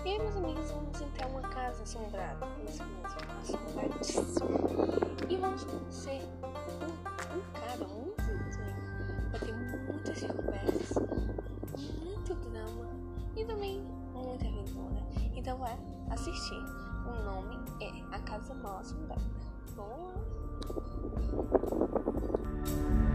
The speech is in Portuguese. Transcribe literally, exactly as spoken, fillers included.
E aí, meus amigos, vamos entrar em uma casa assombrada. Isso mesmo, assombradíssima. E vamos conhecer um, um cara muito estranho. Vai ter muitas conversas, muito drama e também muita aventura. Então vai assistir. O nome é A Casa Mal Assombrada. Vamos lá!